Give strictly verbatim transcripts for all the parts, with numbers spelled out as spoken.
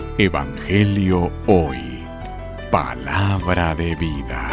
Evangelio Hoy. Palabra de vida.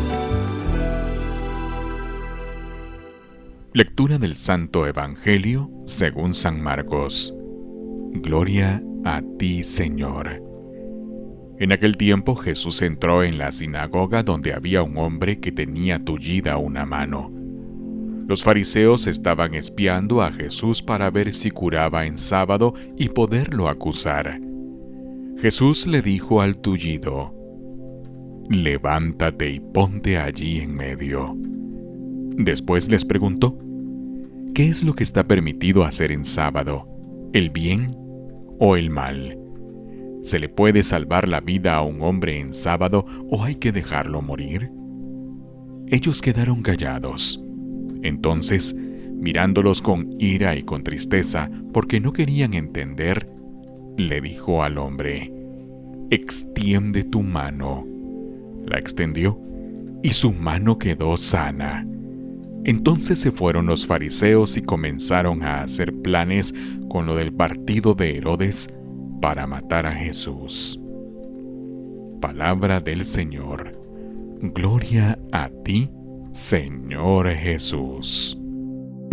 Lectura del Santo Evangelio según San Marcos. Gloria a ti, Señor. En aquel tiempo Jesús entró en la sinagoga donde había un hombre que tenía tullida una mano. Los fariseos estaban espiando a Jesús para ver si curaba en sábado y poderlo acusar. Jesús le dijo al tullido: «Levántate y ponte allí en medio». Después les preguntó: «¿Qué es lo que está permitido hacer en sábado, el bien o el mal? ¿Se le puede salvar la vida a un hombre en sábado o hay que dejarlo morir?». Ellos quedaron callados. Entonces, mirándolos con ira y con tristeza, porque no querían entender, le dijo al hombre: «Extiende tu mano». La extendió, y su mano quedó sana. Entonces se fueron los fariseos y comenzaron a hacer planes con lo del partido de Herodes para matar a Jesús. Palabra del Señor. Gloria a ti, Señor Jesús.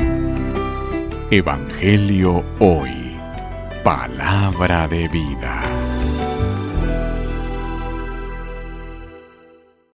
Evangelio Hoy. Palabra de vida.